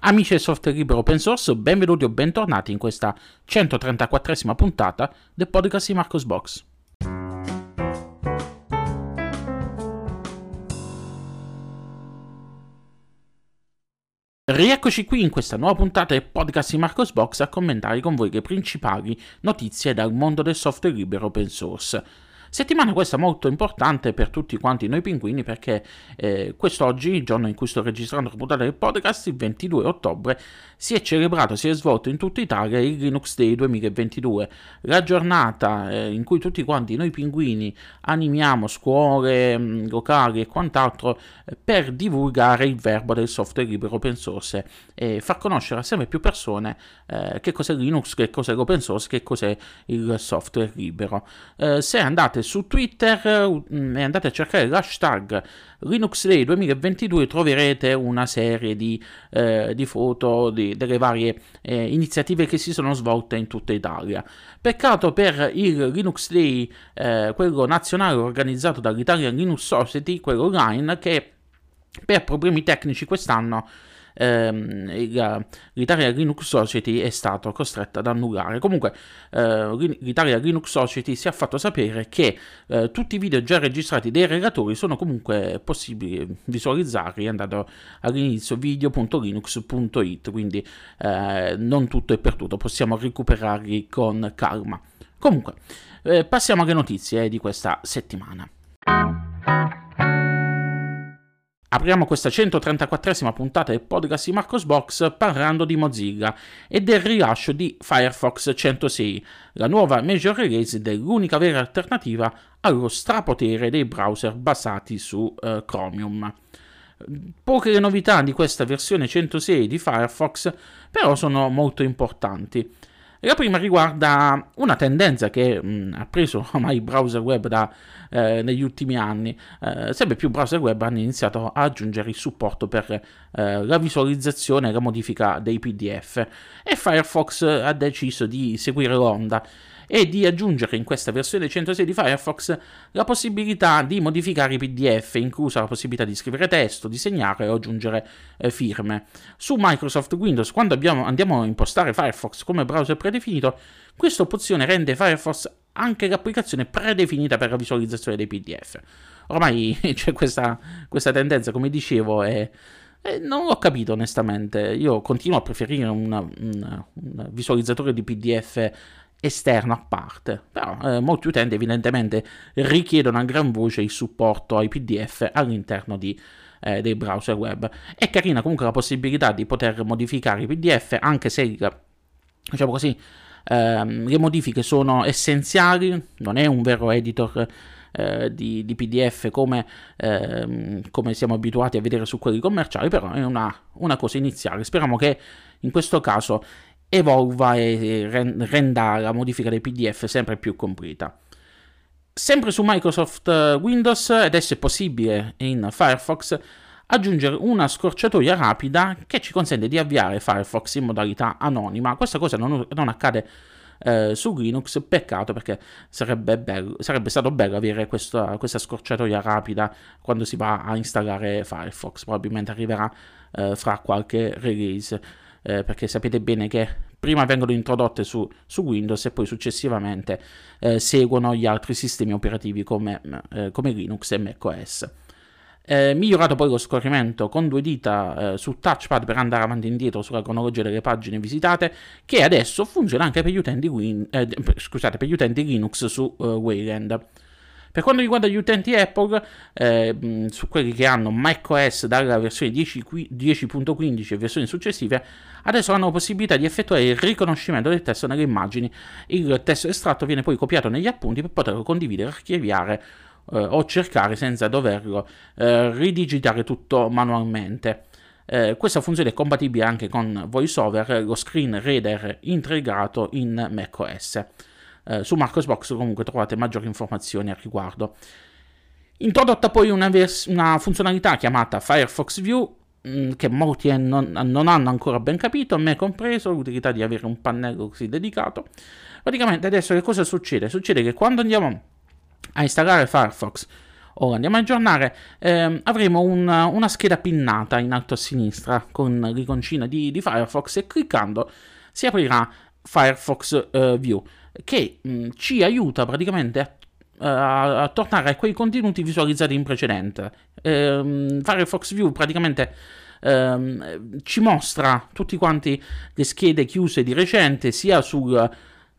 Amici del software libero open source, benvenuti o bentornati in questa 134esima puntata del podcast di Marcosbox. Rieccoci qui in questa nuova puntata del podcast di Marcosbox a commentare con voi le principali notizie dal mondo del software libero open source. Settimana questa molto importante per tutti quanti noi pinguini perché quest'oggi, il giorno in cui sto registrando la puntata del podcast, il 22 ottobre, si è svolto in tutta Italia il Linux Day 2022, la giornata in cui tutti quanti noi pinguini animiamo scuole, locali e quant'altro per divulgare il verbo del software libero open source e far conoscere a sempre più persone che cos'è Linux, che cos'è l'open source, che cos'è il software libero. Se andate su Twitter e andate a cercare l'hashtag Linux Day 2022 troverete una serie di foto delle varie iniziative che si sono svolte in tutta Italia. Peccato per il Linux Day, quello nazionale organizzato dall'Italian Linux Society, quello online, che per problemi tecnici quest'anno l'Italia Linux Society è stato costretta ad annullare. Comunque l'Italia Linux Society si è fatto sapere che tutti i video già registrati dei relatori sono comunque possibili visualizzarli andando all'inizio video.linux.it, quindi non tutto è perduto, possiamo recuperarli con calma. Comunque passiamo alle notizie di questa settimana. Apriamo questa 134esima puntata del podcast di Marcosbox parlando di Mozilla e del rilascio di Firefox 106, la nuova major release dell'unica vera alternativa allo strapotere dei browser basati su Chromium. Poche le novità di questa versione 106 di Firefox però sono molto importanti. La prima riguarda una tendenza che ha preso ormai i browser web negli ultimi anni. Sempre più browser web hanno iniziato a aggiungere il supporto per la visualizzazione e la modifica dei PDF e Firefox ha deciso di seguire l'onda e di aggiungere in questa versione 106 di Firefox la possibilità di modificare i PDF, inclusa la possibilità di scrivere testo, disegnare o aggiungere firme. Su Microsoft Windows, quando andiamo a impostare Firefox come browser predefinito, questa opzione rende Firefox anche l'applicazione predefinita per la visualizzazione dei PDF. Ormai c'è questa tendenza, come dicevo, non l'ho capito onestamente. Io continuo a preferire un visualizzatore di PDF esterno a parte, però molti utenti evidentemente richiedono a gran voce il supporto ai PDF all'interno dei browser web. È carina comunque la possibilità di poter modificare i PDF, anche se diciamo così le modifiche sono essenziali, non è un vero editor di PDF come siamo abituati a vedere su quelli commerciali, però è una cosa iniziale. Speriamo che in questo caso evolva e renda la modifica dei PDF sempre più completa. Sempre su Microsoft Windows adesso è possibile in Firefox aggiungere una scorciatoia rapida che ci consente di avviare Firefox in modalità anonima. Questa cosa non accade su Linux, peccato, perché sarebbe stato bello avere questa scorciatoia rapida quando si va a installare Firefox. Probabilmente arriverà fra qualche release. Perché sapete bene che prima vengono introdotte su Windows e poi successivamente seguono gli altri sistemi operativi come Linux e macOS. Migliorato poi lo scorrimento con 2 dita sul touchpad per andare avanti e indietro sulla cronologia delle pagine visitate, che adesso funziona anche per gli utenti Linux su Wayland. Per quanto riguarda gli utenti Apple, su quelli che hanno macOS dalla versione 10.15 e versioni successive, adesso hanno la possibilità di effettuare il riconoscimento del testo nelle immagini. Il testo estratto viene poi copiato negli appunti per poterlo condividere, archiviare o cercare senza doverlo ridigitare tutto manualmente. Questa funzione è compatibile anche con VoiceOver, lo screen reader integrato in macOS. Su Marcosbox comunque trovate maggiori informazioni al riguardo. Introdotta poi una funzionalità chiamata Firefox View, che molti non hanno ancora ben capito, me compreso, l'utilità di avere un pannello così dedicato. Praticamente adesso che cosa succede? Succede che quando andiamo a installare Firefox Ora andiamo a aggiornare, avremo una scheda pinnata in alto a sinistra con l'iconcina di Firefox e cliccando si aprirà Firefox View, che ci aiuta praticamente a tornare a quei contenuti visualizzati in precedenza. Firefox View praticamente ci mostra tutti quanti le schede chiuse di recente, sia sulla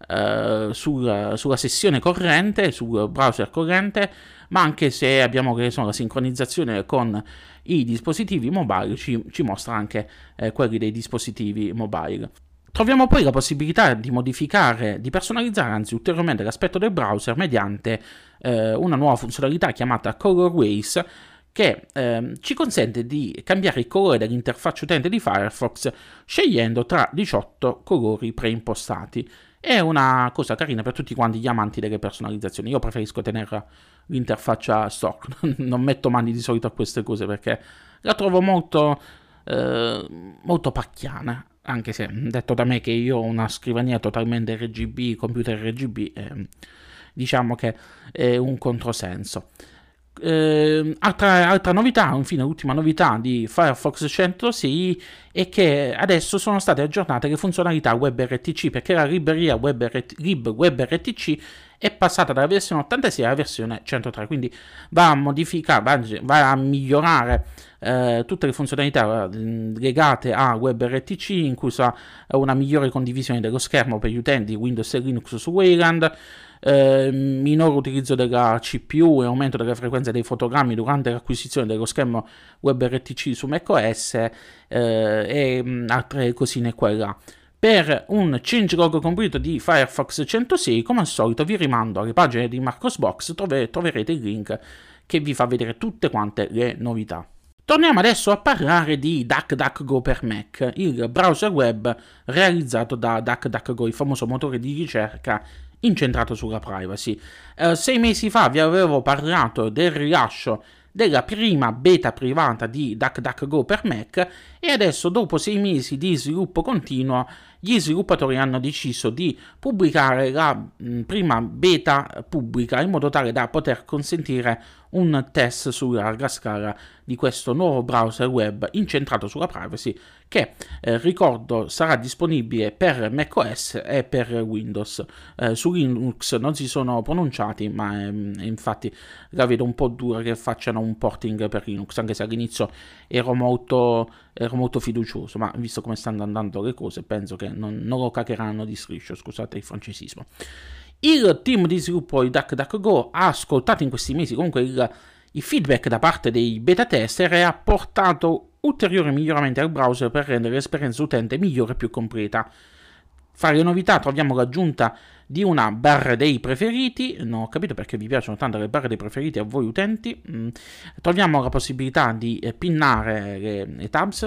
sessione corrente, sul browser corrente, ma anche se abbiamo la sincronizzazione con i dispositivi mobile, ci mostra anche quelli dei dispositivi mobile. Troviamo poi la possibilità di modificare, di personalizzare anzi ulteriormente l'aspetto del browser mediante una nuova funzionalità chiamata Colorways, che ci consente di cambiare il colore dell'interfaccia utente di Firefox scegliendo tra 18 colori preimpostati. È una cosa carina per tutti quanti gli amanti delle personalizzazioni. Io preferisco tenere l'interfaccia stock, non metto mani di solito a queste cose perché la trovo molto pacchiana, anche se detto da me che io ho una scrivania totalmente RGB, computer RGB, diciamo che è un controsenso. Altra novità, infine l'ultima novità di Firefox 106 è che adesso sono state aggiornate le funzionalità WebRTC, perché la libreria WebRTC è passata dalla versione 86 alla versione 103, quindi va a modificare, va a migliorare tutte le funzionalità legate a WebRTC, inclusa una migliore condivisione dello schermo per gli utenti Windows e Linux su Wayland, minore utilizzo della CPU e aumento della frequenza dei fotogrammi durante l'acquisizione dello schermo WebRTC su macOS, e altre cosine qua e là. Per un changelog completo di Firefox 106, come al solito vi rimando alle pagine di Marcosbox, troverete il link che vi fa vedere tutte quante le novità. Torniamo adesso a parlare di DuckDuckGo per Mac, il browser web realizzato da DuckDuckGo, il famoso motore di ricerca incentrato sulla privacy. 6 mesi fa vi avevo parlato del rilascio della prima beta privata di DuckDuckGo per Mac e adesso, dopo 6 mesi di sviluppo continuo, gli sviluppatori hanno deciso di pubblicare la prima beta pubblica in modo tale da poter consentire un test su larga scala di questo nuovo browser web incentrato sulla privacy che, ricordo, sarà disponibile per macOS e per Windows. Su Linux non si sono pronunciati, ma infatti la vedo un po' dura che facciano un porting per Linux, anche se all'inizio ero molto fiducioso, ma visto come stanno andando le cose penso che non lo caccheranno di striscio, scusate il francesismo. Il team di sviluppo di DuckDuckGo ha ascoltato in questi mesi comunque il feedback da parte dei beta tester e ha portato ulteriori miglioramenti al browser per rendere l'esperienza utente migliore e più completa. Fra le novità troviamo l'aggiunta di una barra dei preferiti, non ho capito perché vi piacciono tanto le barre dei preferiti a voi utenti. Troviamo la possibilità di pinnare le tabs,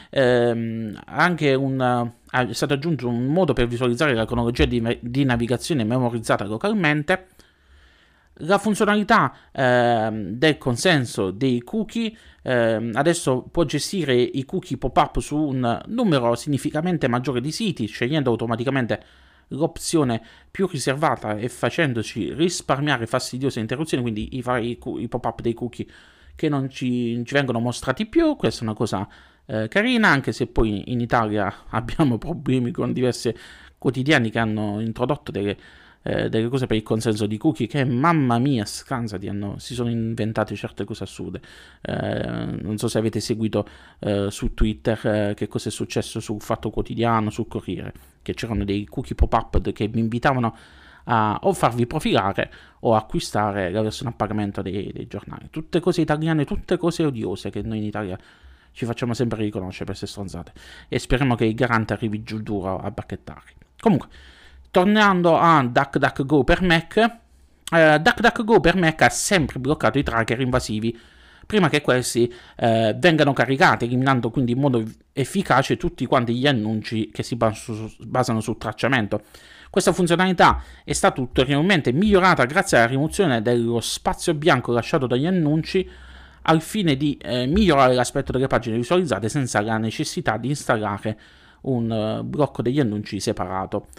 anche è stato aggiunto un modo per visualizzare la cronologia di navigazione memorizzata localmente. La funzionalità del consenso dei cookie, adesso può gestire i cookie pop-up su un numero significativamente maggiore di siti, scegliendo automaticamente l'opzione più riservata e facendoci risparmiare fastidiose interruzioni, quindi i pop-up dei cookie che non ci vengono mostrati più. Questa è una cosa carina, anche se poi in Italia abbiamo problemi con diversi quotidiani che hanno introdotto delle cose per il consenso di cookie che, mamma mia, scansati, si sono inventate certe cose assurde. Non so se avete seguito su Twitter che cosa è successo sul Fatto Quotidiano, sul Corriere, che c'erano dei cookie pop-up che vi invitavano a o farvi profilare o acquistare la versione a pagamento dei giornali. Tutte cose italiane, tutte cose odiose che noi in Italia ci facciamo sempre riconoscere per queste stronzate, e speriamo che il garante arrivi giù duro a bacchettarli. Comunque, tornando a DuckDuckGo per Mac, DuckDuckGo per Mac ha sempre bloccato i tracker invasivi prima che questi vengano caricati, eliminando quindi in modo efficace tutti quanti gli annunci che si basano sul tracciamento. Questa funzionalità è stata ulteriormente migliorata grazie alla rimozione dello spazio bianco lasciato dagli annunci, al fine di migliorare l'aspetto delle pagine visualizzate senza la necessità di installare un blocco degli annunci separato.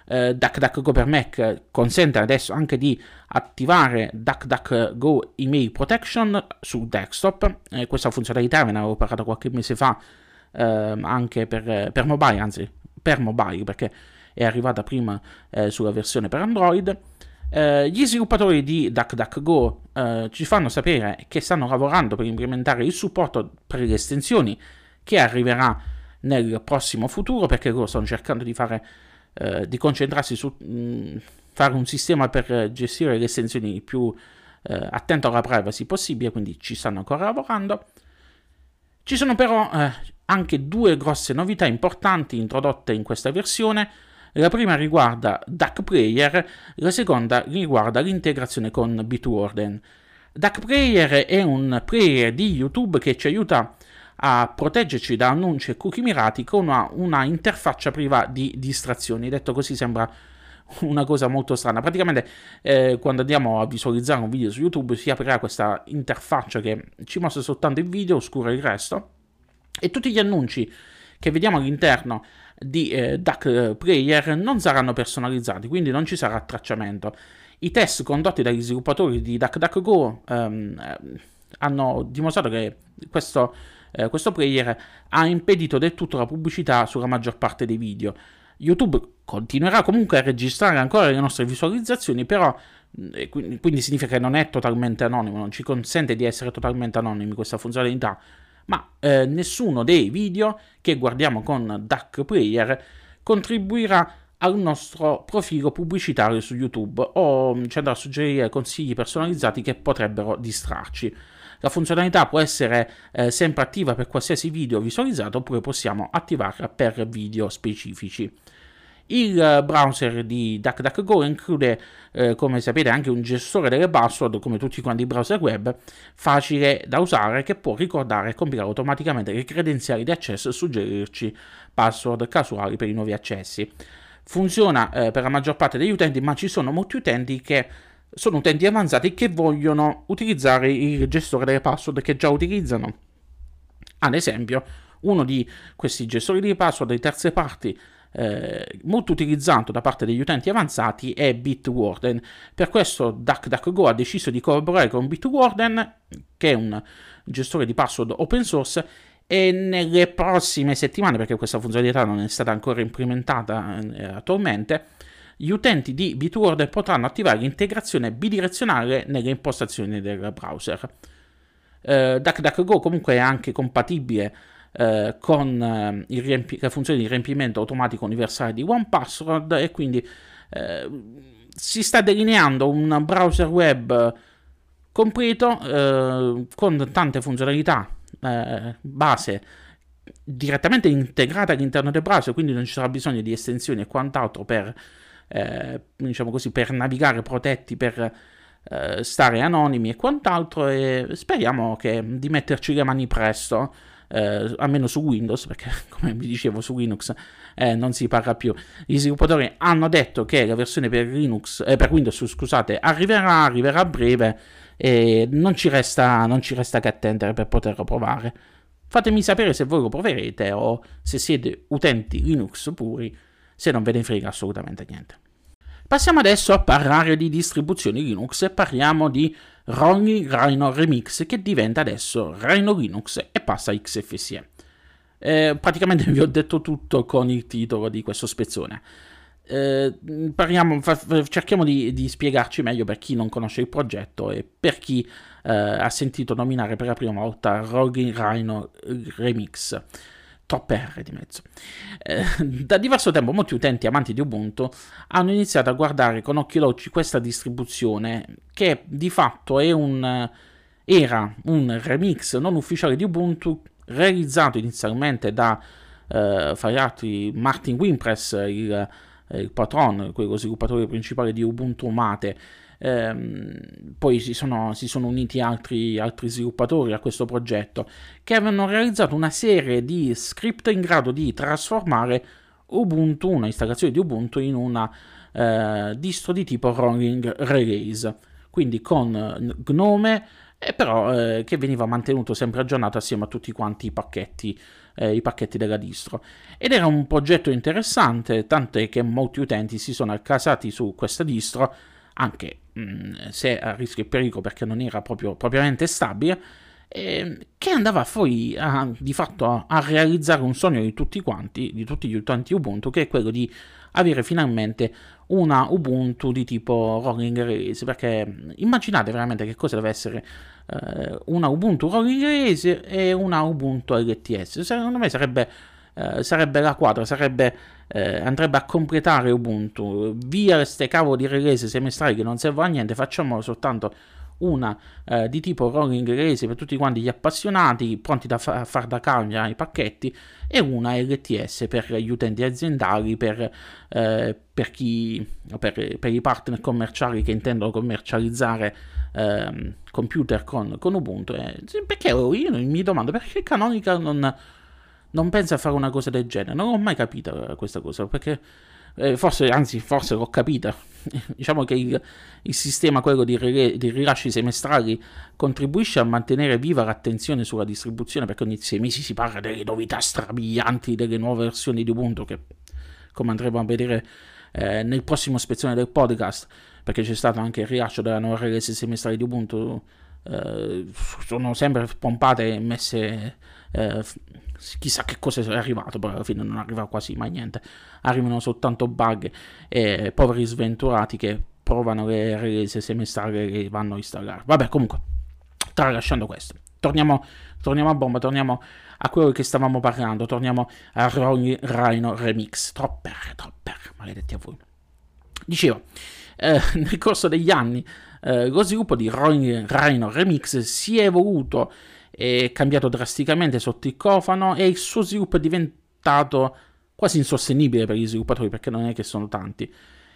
DuckDuckGo per Mac consente adesso anche di attivare DuckDuckGo Email Protection su desktop. Questa funzionalità ve ne avevo parlato qualche mese fa anche per mobile, anzi per mobile, perché è arrivata prima sulla versione per Android. Gli sviluppatori di DuckDuckGo ci fanno sapere che stanno lavorando per implementare il supporto per le estensioni, che arriverà nel prossimo futuro, perché loro stanno cercando di concentrarsi su fare un sistema per gestire le estensioni più attento alla privacy possibile, quindi ci stanno ancora lavorando. Ci sono però anche due grosse novità importanti introdotte in questa versione. La prima riguarda DuckPlayer, la seconda riguarda l'integrazione con Bitwarden. DuckPlayer è un player di YouTube che ci aiuta a proteggerci da annunci e cookie mirati con una interfaccia priva di distrazioni. Detto così sembra una cosa molto strana. Praticamente quando andiamo a visualizzare un video su YouTube si aprirà questa interfaccia che ci mostra soltanto il video, oscura il resto, e tutti gli annunci che vediamo all'interno di DuckPlayer non saranno personalizzati, quindi non ci sarà tracciamento. I test condotti dagli sviluppatori di DuckDuckGo hanno dimostrato che questo player ha impedito del tutto la pubblicità sulla maggior parte dei video. YouTube continuerà comunque a registrare ancora le nostre visualizzazioni, però quindi significa che non è totalmente anonimo, non ci consente di essere totalmente anonimi questa funzionalità, ma nessuno dei video che guardiamo con DuckPlayer contribuirà al nostro profilo pubblicitario su YouTube o ci andrà a suggerire consigli personalizzati che potrebbero distrarci. La funzionalità può essere sempre attiva per qualsiasi video visualizzato, oppure possiamo attivarla per video specifici. Il browser di DuckDuckGo include, come sapete, anche un gestore delle password, come tutti quanti i browser web, facile da usare, che può ricordare e compilare automaticamente le credenziali di accesso e suggerirci password casuali per i nuovi accessi. Funziona per la maggior parte degli utenti, ma ci sono molti utenti che sono utenti avanzati che vogliono utilizzare il gestore delle password che già utilizzano. Ad esempio, uno di questi gestori di password di terze parti molto utilizzato da parte degli utenti avanzati è Bitwarden. Per questo DuckDuckGo ha deciso di collaborare con Bitwarden, che è un gestore di password open source, e nelle prossime settimane, perché questa funzionalità non è stata ancora implementata attualmente, gli utenti di Bitwarden potranno attivare l'integrazione bidirezionale nelle impostazioni del browser. DuckDuckGo comunque è anche compatibile con la funzione di riempimento automatico universale di OnePassword, e quindi si sta delineando un browser web completo con tante funzionalità base direttamente integrate all'interno del browser, quindi non ci sarà bisogno di estensioni e quant'altro per diciamo così, per navigare protetti, per stare anonimi e quant'altro, e speriamo di metterci le mani presto, almeno su Windows, perché come vi dicevo su Linux non si parla più. Gli sviluppatori hanno detto che la versione per Windows, scusate, arriverà a breve, e non ci resta che attendere per poterlo provare. Fatemi sapere se voi lo proverete o se siete utenti Linux puri, se non ve ne frega assolutamente niente. Passiamo adesso a parlare di distribuzioni Linux e parliamo di Ronin Rhino Remix, che diventa adesso Rhino Linux e passa a XFCE. Praticamente vi ho detto tutto con il titolo di questo spezzone. Cerchiamo di spiegarci meglio per chi non conosce il progetto e per chi ha sentito nominare per la prima volta Ronin Rhino Remix. Troppe R di mezzo. Da diverso tempo molti utenti amanti di Ubuntu hanno iniziato a guardare con occhi dolci questa distribuzione, che di fatto era un remix non ufficiale di Ubuntu, realizzato inizialmente da Martin Wimpress, il patron, quello sviluppatore principale di Ubuntu Mate. Poi si sono uniti altri sviluppatori a questo progetto, che avevano realizzato una serie di script in grado di trasformare Ubuntu, una installazione di Ubuntu, in una distro di tipo rolling release, quindi con Gnome però che veniva mantenuto sempre aggiornato assieme a tutti quanti i pacchetti della distro. Ed era un progetto interessante, tant'è che molti utenti si sono accasati su questa distro, anche se a rischio e pericolo perché non era proprio propriamente stabile, che andava poi di fatto a realizzare un sogno di tutti quanti, di tutti gli utenti Ubuntu, che è quello di avere finalmente una Ubuntu di tipo rolling release, perché immaginate veramente che cosa deve essere una Ubuntu rolling release e una Ubuntu LTS. Secondo me sarebbe la quadra, andrebbe a completare Ubuntu. Via queste cavolo di release semestrali che non servono a niente, facciamo soltanto una di tipo rolling release per tutti quanti gli appassionati pronti da far da cambia ai pacchetti, e una LTS per gli utenti aziendali, per i partner commerciali che intendono commercializzare computer con Ubuntu. Perché io mi domando perché Canonical non pensa a fare una cosa del genere. Non ho mai capito questa cosa, perché forse l'ho capita. Diciamo che il sistema, quello di rilasci semestrali, contribuisce a mantenere viva l'attenzione sulla distribuzione, perché ogni 6 mesi si parla delle novità strabilianti, delle nuove versioni di Ubuntu, che come andremo a vedere nel prossimo spezzone del podcast, perché c'è stato anche il rilascio della nuova release semestrale di Ubuntu. Sono sempre pompate e messe chissà che cosa è arrivato, poi alla fine non arriva quasi mai niente, arrivano soltanto bug e poveri sventurati che provano le release semestrali che vanno a installare. Vabbè, comunque, tralasciando questo, torniamo a bomba, torniamo a quello che stavamo parlando, torniamo a Rhino Remix. Tropper, maledetti a voi. Dicevo, nel corso degli anni lo sviluppo di Rhino Remix si è evoluto e cambiato drasticamente sotto il cofano, e il suo sviluppo è diventato quasi insostenibile per gli sviluppatori, perché non è che sono tanti.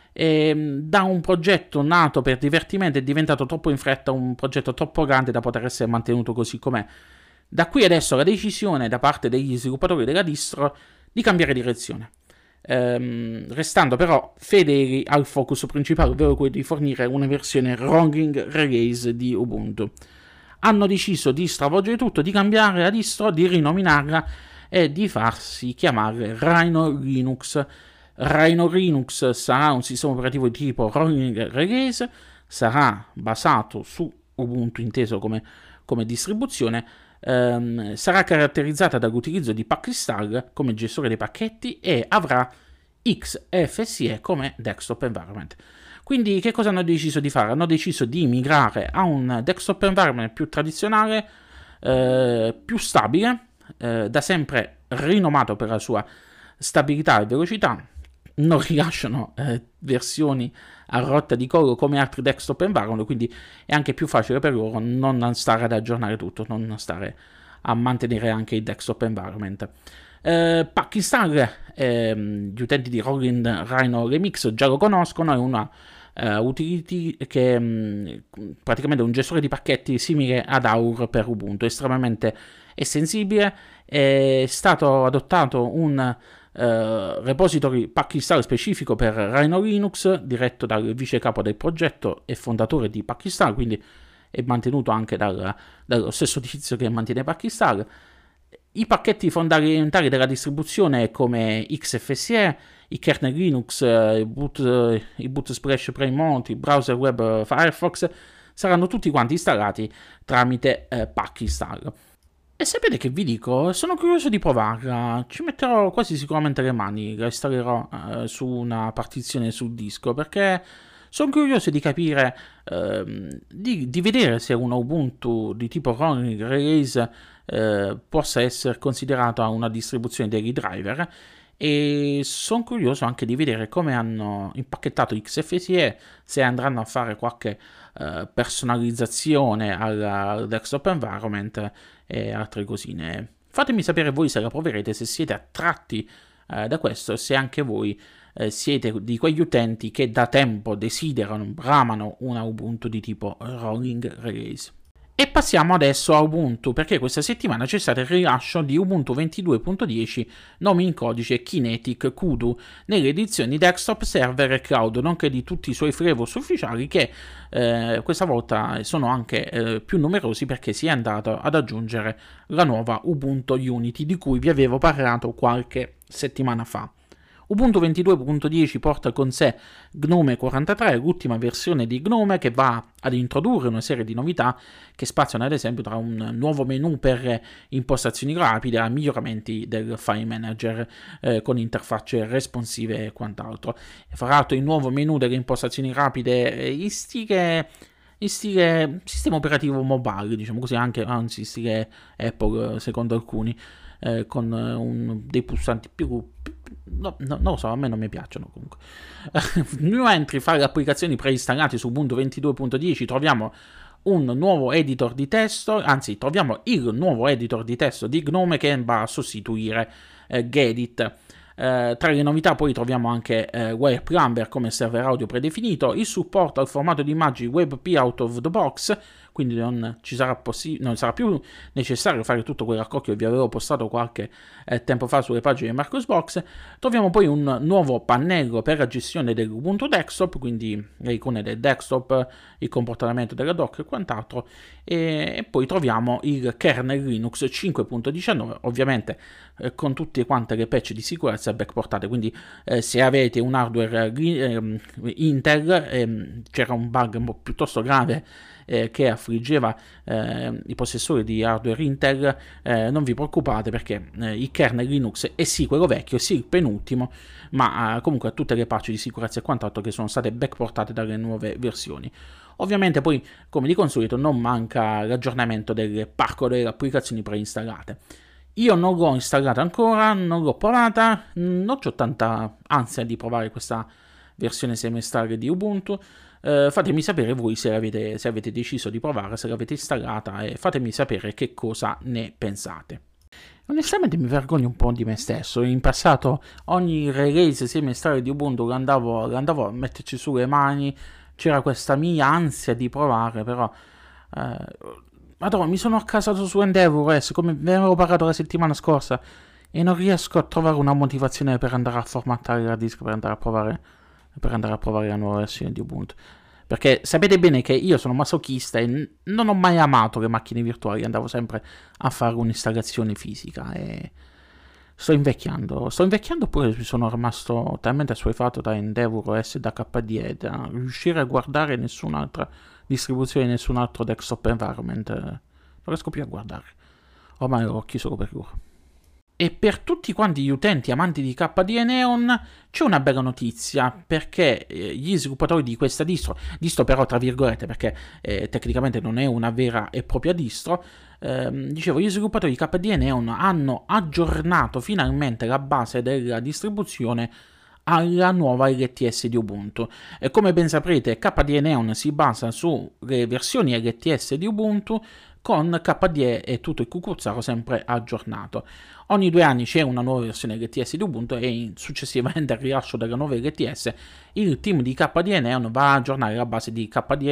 Da un progetto nato per divertimento è diventato troppo in fretta un progetto troppo grande da poter essere mantenuto così com'è. Da qui adesso la decisione da parte degli sviluppatori della distro di cambiare direzione, restando però fedeli al focus principale, ovvero quello di fornire una versione rolling release di Ubuntu. Hanno deciso di stravolgere tutto, di cambiare la distro, di rinominarla e di farsi chiamare Rhino Linux. Rhino Linux sarà un sistema operativo di tipo rolling release, sarà basato su Ubuntu inteso come distribuzione, sarà caratterizzata dall'utilizzo di Packistall come gestore dei pacchetti e avrà XFCE come desktop environment. Quindi che cosa hanno deciso di fare? Hanno deciso di migrare a un desktop environment più tradizionale, più stabile, da sempre rinomato per la sua stabilità e velocità. Non rilasciano versioni a rotta di collo come altri desktop environment, quindi è anche più facile per loro non stare ad aggiornare tutto, non stare a mantenere anche il desktop environment. Packistall, gli utenti di Rolling Rhino Remix già lo conoscono, è una utility che praticamente è un gestore di pacchetti simile ad Aur per Ubuntu, estremamente estensibile. È stato adottato un repository Packistall specifico per Rhino Linux, diretto dal vice capo del progetto e fondatore di Packistall, quindi è mantenuto anche dallo stesso tizio che mantiene Packistall. I pacchetti fondamentali della distribuzione come XFCE, i kernel Linux, i boot splash Premonti, il browser web Firefox saranno tutti quanti installati tramite Packistall. E sapete che vi dico? Sono curioso di provarla, ci metterò quasi sicuramente le mani, la installerò su una partizione sul disco, perché sono curioso di capire, di vedere se una Ubuntu di tipo rolling release possa essere considerata una distribuzione degli driver, e sono curioso anche di vedere come hanno impacchettato XFCE, se andranno a fare qualche personalizzazione al desktop environment e altre cosine. Fatemi sapere voi se la proverete, se siete attratti da questo, se anche voi siete di quegli utenti che da tempo desiderano, bramano una Ubuntu di tipo rolling release. E passiamo adesso a Ubuntu, perché questa settimana c'è stato il rilascio di Ubuntu 22.10, nome in codice Kinetic Kudu, nelle edizioni desktop, server e cloud, nonché di tutti i suoi flavors ufficiali che questa volta sono anche più numerosi, perché si è andato ad aggiungere la nuova Ubuntu Unity, di cui vi avevo parlato qualche settimana fa. Ubuntu 22.10 porta con sé Gnome 43, l'ultima versione di Gnome, che va ad introdurre una serie di novità che spaziano ad esempio tra un nuovo menu per impostazioni rapide a miglioramenti del file manager con interfacce responsive e quant'altro. Fra l'altro il nuovo menu delle impostazioni rapide in stile sistema operativo mobile, diciamo così, anzi stile Apple secondo alcuni, con dei pulsanti più no, non lo so, a me non mi piacciono comunque. New entry, fare applicazioni preinstallate su Ubuntu 22.10, troviamo un nuovo editor di testo, anzi troviamo il nuovo editor di testo di Gnome che va a sostituire Gedit. Tra le novità poi troviamo anche Web Plumber come server audio predefinito, il supporto al formato di immagini WebP out of the box, quindi non sarà più necessario fare tutto quell'accocchio che vi avevo postato qualche tempo fa sulle pagine di Marcosbox. Troviamo poi un nuovo pannello per la gestione dell'Ubuntu desktop, quindi le icone del desktop, il comportamento della dock e quant'altro, e poi troviamo il kernel Linux 5.19, ovviamente con tutte quante le patch di sicurezza backportate, quindi se avete un hardware Intel, c'era un bug piuttosto grave che affliggeva i possessori di hardware Intel, non vi preoccupate, perché il kernel Linux è sì quello vecchio, sì il penultimo, ma comunque ha tutte le patch di sicurezza e quant'altro che sono state backportate dalle nuove versioni. Ovviamente poi, come di consueto, non manca l'aggiornamento del parco delle applicazioni preinstallate. Io non l'ho installata ancora, non l'ho provata, non ho tanta ansia di provare questa versione semestrale di Ubuntu. Fatemi sapere voi se avete deciso di provare, se l'avete installata, e fatemi sapere che cosa ne pensate. Onestamente mi vergogno un po' di me stesso. In passato ogni release semestrale di Ubuntu andavo a metterci su le mani, c'era questa mia ansia di provare, però Madonna, mi sono accasato su EndeavourOS, come ve ne avevo parlato la settimana scorsa, e non riesco a trovare una motivazione per andare a formattare la disk, per andare a provare la nuova versione di Ubuntu. Perché sapete bene che io sono masochista e non ho mai amato le macchine virtuali, andavo sempre a fare un'installazione fisica e sto invecchiando oppure mi sono rimasto talmente assuefato da EndeavourOS e da KDE da riuscire a guardare nessun'altra distribuzione, nessun altro desktop environment, non riesco più a guardare, ormai ho occhi solo per loro. E per tutti quanti gli utenti amanti di KDE Neon c'è una bella notizia, perché gli sviluppatori di questa distro però tra virgolette, perché tecnicamente non è una vera e propria distro, dicevo, gli sviluppatori di KDE Neon hanno aggiornato finalmente la base della distribuzione alla nuova LTS di Ubuntu. E come ben saprete, KDE Neon si basa sulle versioni LTS di Ubuntu, con KDE e tutto il cucuzzaro sempre aggiornato. Ogni 2 anni c'è una nuova versione LTS di Ubuntu e successivamente al rilascio della nuova LTS il team di KDE Neon va a aggiornare la base di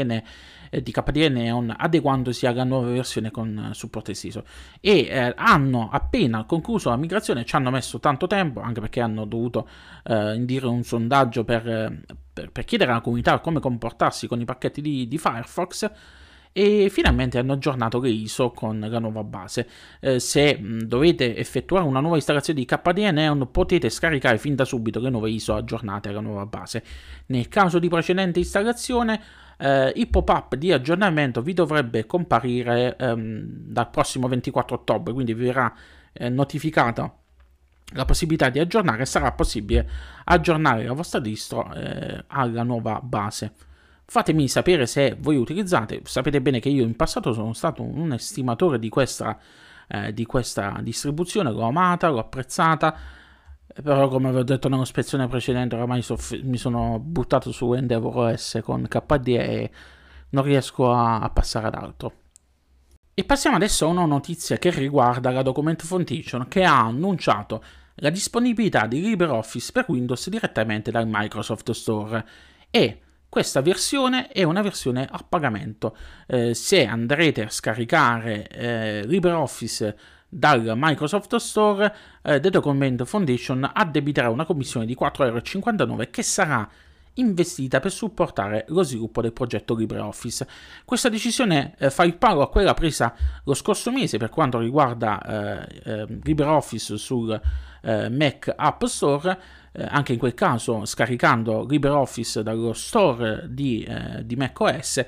KDE Neon, adeguandosi alla nuova versione con supporto esteso. E hanno appena concluso la migrazione, ci hanno messo tanto tempo, anche perché hanno dovuto indire un sondaggio per chiedere alla comunità come comportarsi con i pacchetti di Firefox, e finalmente hanno aggiornato le ISO con la nuova base. Se dovete effettuare una nuova installazione di KDE Neon, potete scaricare fin da subito le nuove ISO aggiornate alla nuova base. Nel caso di precedente installazione, il pop-up di aggiornamento vi dovrebbe comparire dal prossimo 24 ottobre, quindi vi verrà notificata la possibilità di aggiornare, e sarà possibile aggiornare la vostra distro alla nuova base. Fatemi sapere se voi utilizzate. Sapete bene che io in passato sono stato un estimatore di questa distribuzione, l'ho amata, l'ho apprezzata, però come vi ho detto nella spezzone precedente oramai mi sono buttato su EndeavourOS con KDE e non riesco a passare ad altro. E passiamo adesso a una notizia che riguarda la Document Foundation, che ha annunciato la disponibilità di LibreOffice per Windows direttamente dal Microsoft Store, e questa versione è una versione a pagamento. Se andrete a scaricare LibreOffice dal Microsoft Store, The Document Foundation addebiterà una commissione di 4,59 € che sarà investita per supportare lo sviluppo del progetto LibreOffice. Questa decisione fa il palo a quella presa lo scorso mese per quanto riguarda LibreOffice sul Mac App Store. Anche in quel caso, scaricando LibreOffice dallo store di macOS,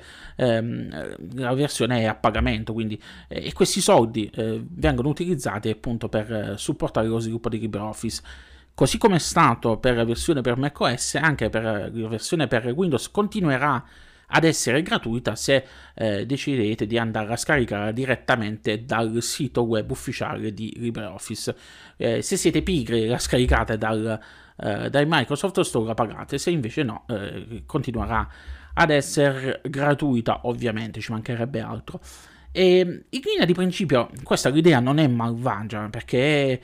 la versione è a pagamento, quindi e questi soldi vengono utilizzati appunto per supportare lo sviluppo di LibreOffice. Così come è stato per la versione per macOS, anche per la versione per Windows continuerà ad essere gratuita se decidete di andare a scaricarla direttamente dal sito web ufficiale di LibreOffice. Se siete pigri, la scaricate dal Microsoft Store, la pagate; se invece no, continuerà ad essere gratuita, ovviamente, ci mancherebbe altro. E in linea di principio questa l'idea non è malvagia, perché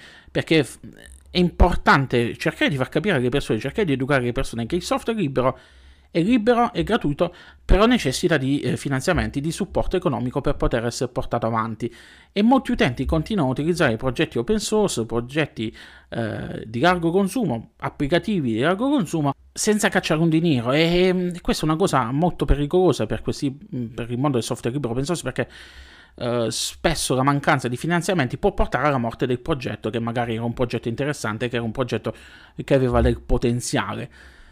è importante cercare di far capire alle persone, cercare di educare le persone che il software è libero, è gratuito, però necessita di finanziamenti, di supporto economico per poter essere portato avanti. E molti utenti continuano a utilizzare progetti open source, progetti di largo consumo, applicativi di largo consumo, senza cacciare un di nero. E questa è una cosa molto pericolosa per il mondo del software libero open source, perché spesso la mancanza di finanziamenti può portare alla morte del progetto, che magari era un progetto interessante, che era un progetto che aveva del potenziale.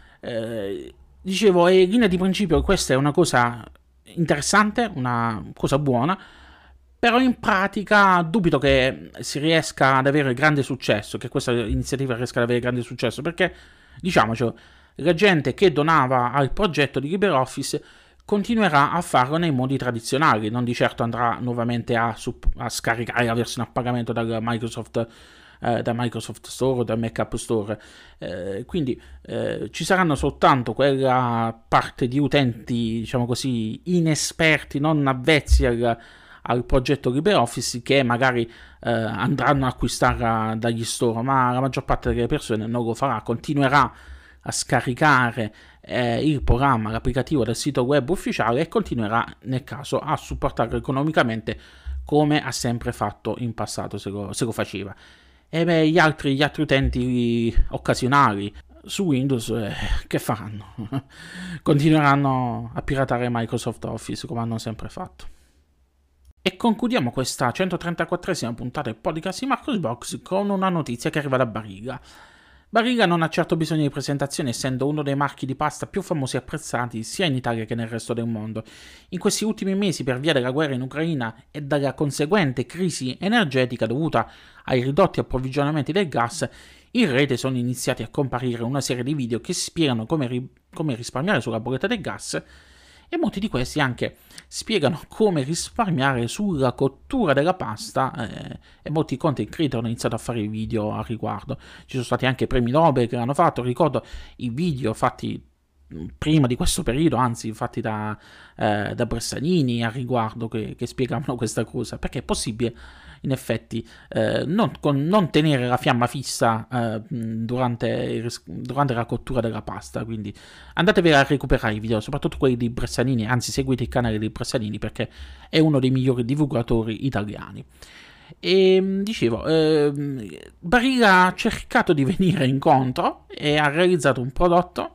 Dicevo, in linea di principio questa è una cosa interessante, una cosa buona, però in pratica dubito che si riesca ad avere grande successo, che questa iniziativa riesca ad avere grande successo, perché, diciamocelo, la gente che donava al progetto di LibreOffice continuerà a farlo nei modi tradizionali, non di certo andrà nuovamente a scaricare la versione a pagamento dal Microsoft Store o dal Mac App Store. Quindi ci saranno soltanto quella parte di utenti, diciamo così, inesperti, non avvezzi al progetto LibreOffice, che magari andranno a acquistarla dagli store, ma la maggior parte delle persone non lo farà, continuerà a scaricare il programma, l'applicativo del sito web ufficiale, e continuerà nel caso a supportarlo economicamente come ha sempre fatto in passato, se lo faceva. E gli altri utenti occasionali su Windows che faranno? Continueranno a piratare Microsoft Office come hanno sempre fatto. E concludiamo questa 134esima puntata del podcast di Marcosbox con una notizia che arriva da Barilla. Barilla non ha certo bisogno di presentazione, essendo uno dei marchi di pasta più famosi e apprezzati sia in Italia che nel resto del mondo. In questi ultimi mesi, per via della guerra in Ucraina e dalla conseguente crisi energetica dovuta ai ridotti approvvigionamenti del gas, in rete sono iniziati a comparire una serie di video che spiegano come risparmiare sulla bolletta del gas, e molti di questi anche spiegano come risparmiare sulla cottura della pasta, e molti content creator hanno iniziato a fare video a riguardo. Ci sono stati anche premi Nobel che l'hanno fatto. Ricordo i video fatti prima di questo periodo, anzi fatti da Bressanini a riguardo, che spiegavano questa cosa, perché è possibile in effetti non tenere la fiamma fissa durante la cottura della pasta. Quindi andatevi a recuperare i video, soprattutto quelli di Bressanini, anzi seguite il canale di Bressanini perché è uno dei migliori divulgatori italiani. E dicevo, Barilla ha cercato di venire incontro e ha realizzato un prodotto,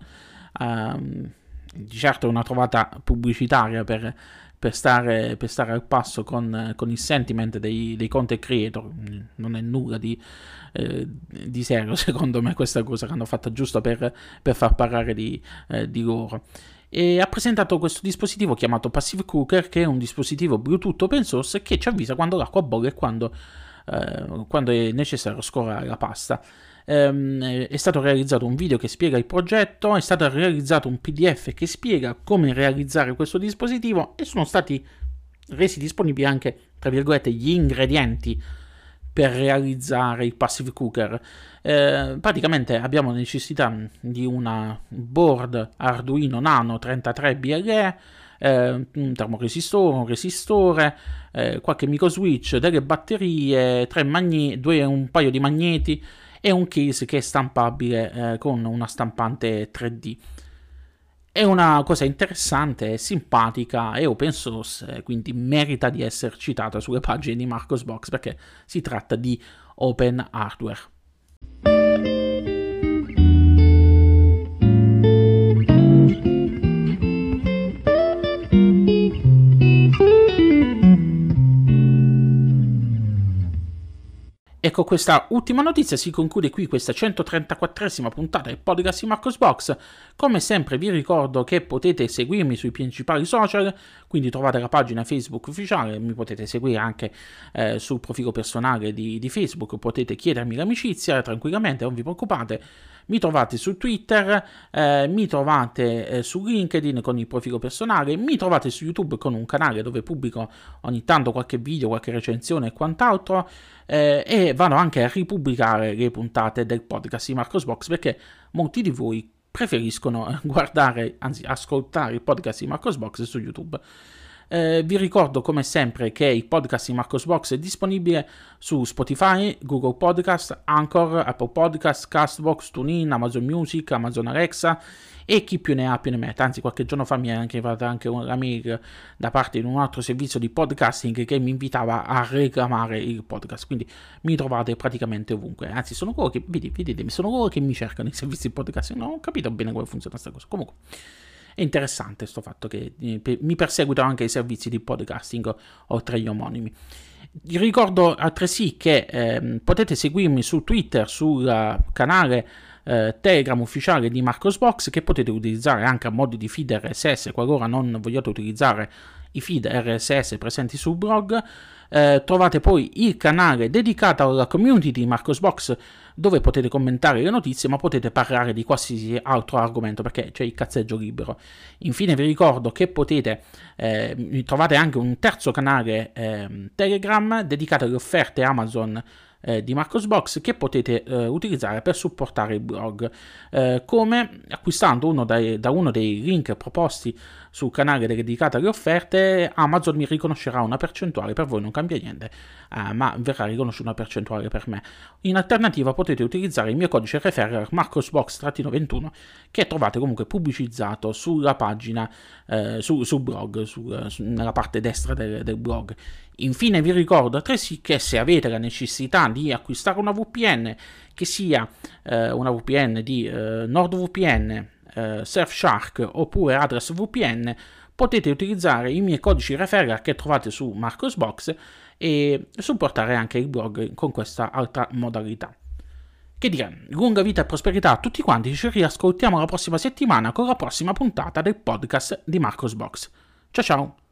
di certo è una trovata pubblicitaria per stare al passo con il sentiment dei content creator. Non è nulla di serio, secondo me, questa cosa che hanno fatto giusto per far parlare di loro. E ha presentato questo dispositivo chiamato Passive Cooker, che è un dispositivo Bluetooth open source che ci avvisa quando l'acqua bolle e quando è necessario scorrere la pasta. È stato realizzato un video che spiega il progetto, è stato realizzato un PDF che spiega come realizzare questo dispositivo, e sono stati resi disponibili anche, tra virgolette, gli ingredienti per realizzare il Passive Cooker. Praticamente abbiamo necessità di una board Arduino Nano 33 BLE, un termoresistore, un resistore, qualche microswitch, delle batterie, un paio di magneti e un case che è stampabile con una stampante 3D. È una cosa interessante, simpatica e open source, quindi merita di essere citata sulle pagine di Marcosbox perché si tratta di open hardware. E con questa ultima notizia si conclude qui questa 134esima puntata del podcast di Marcosbox. Come sempre vi ricordo che potete seguirmi sui principali social, quindi trovate la pagina Facebook ufficiale, mi potete seguire anche sul profilo personale di Facebook, potete chiedermi l'amicizia tranquillamente, non vi preoccupate. Mi trovate su Twitter, mi trovate su LinkedIn con il profilo personale, mi trovate su YouTube con un canale dove pubblico ogni tanto qualche video, qualche recensione e quant'altro, e vado anche a ripubblicare le puntate del podcast di Marcosbox perché molti di voi preferiscono guardare, anzi ascoltare il podcast di Marcosbox su YouTube. Vi ricordo come sempre che il podcast di Marcosbox è disponibile su Spotify, Google Podcast, Anchor, Apple Podcast, Castbox, TuneIn, Amazon Music, Amazon Alexa e chi più ne ha più ne metta. Anzi, qualche giorno fa mi è anche arrivata anche una mail da parte di un altro servizio di podcasting che mi invitava a reclamare il podcast, quindi mi trovate praticamente ovunque. Anzi, sono loro che, vedete, sono loro che mi cercano i servizi di podcasting. Non ho capito bene come funziona questa cosa. Comunque è interessante questo fatto che mi perseguitano anche i servizi di podcasting oltre agli omonimi. Vi ricordo altresì che potete seguirmi su Twitter, sul canale Telegram ufficiale di Marcosbox, che potete utilizzare anche a modi di feed RSS qualora non vogliate utilizzare i feed RSS presenti sul blog. Trovate poi il canale dedicato alla community di Marcosbox dove potete commentare le notizie ma potete parlare di qualsiasi altro argomento perché c'è il cazzeggio libero. Infine vi ricordo che trovate anche un terzo canale Telegram dedicato alle offerte Amazon di Marcosbox che potete utilizzare per supportare il blog, come acquistando da uno dei link proposti sul canale dedicato alle offerte. Amazon mi riconoscerà una percentuale, per voi non cambia niente, ma verrà riconosciuta una percentuale per me. In alternativa potete utilizzare il mio codice referral Marcosbox-21 che trovate comunque pubblicizzato sulla pagina sul blog, nella parte destra del blog. Infine vi ricordo altresì che se avete la necessità di acquistare una VPN, che sia una VPN di NordVPN, Surfshark oppure Address VPN, potete utilizzare i miei codici referral che trovate su Marcosbox e supportare anche il blog con questa altra modalità. Che dire, lunga vita e prosperità a tutti quanti, ci riascoltiamo la prossima settimana con la prossima puntata del podcast di Marcosbox. Ciao ciao!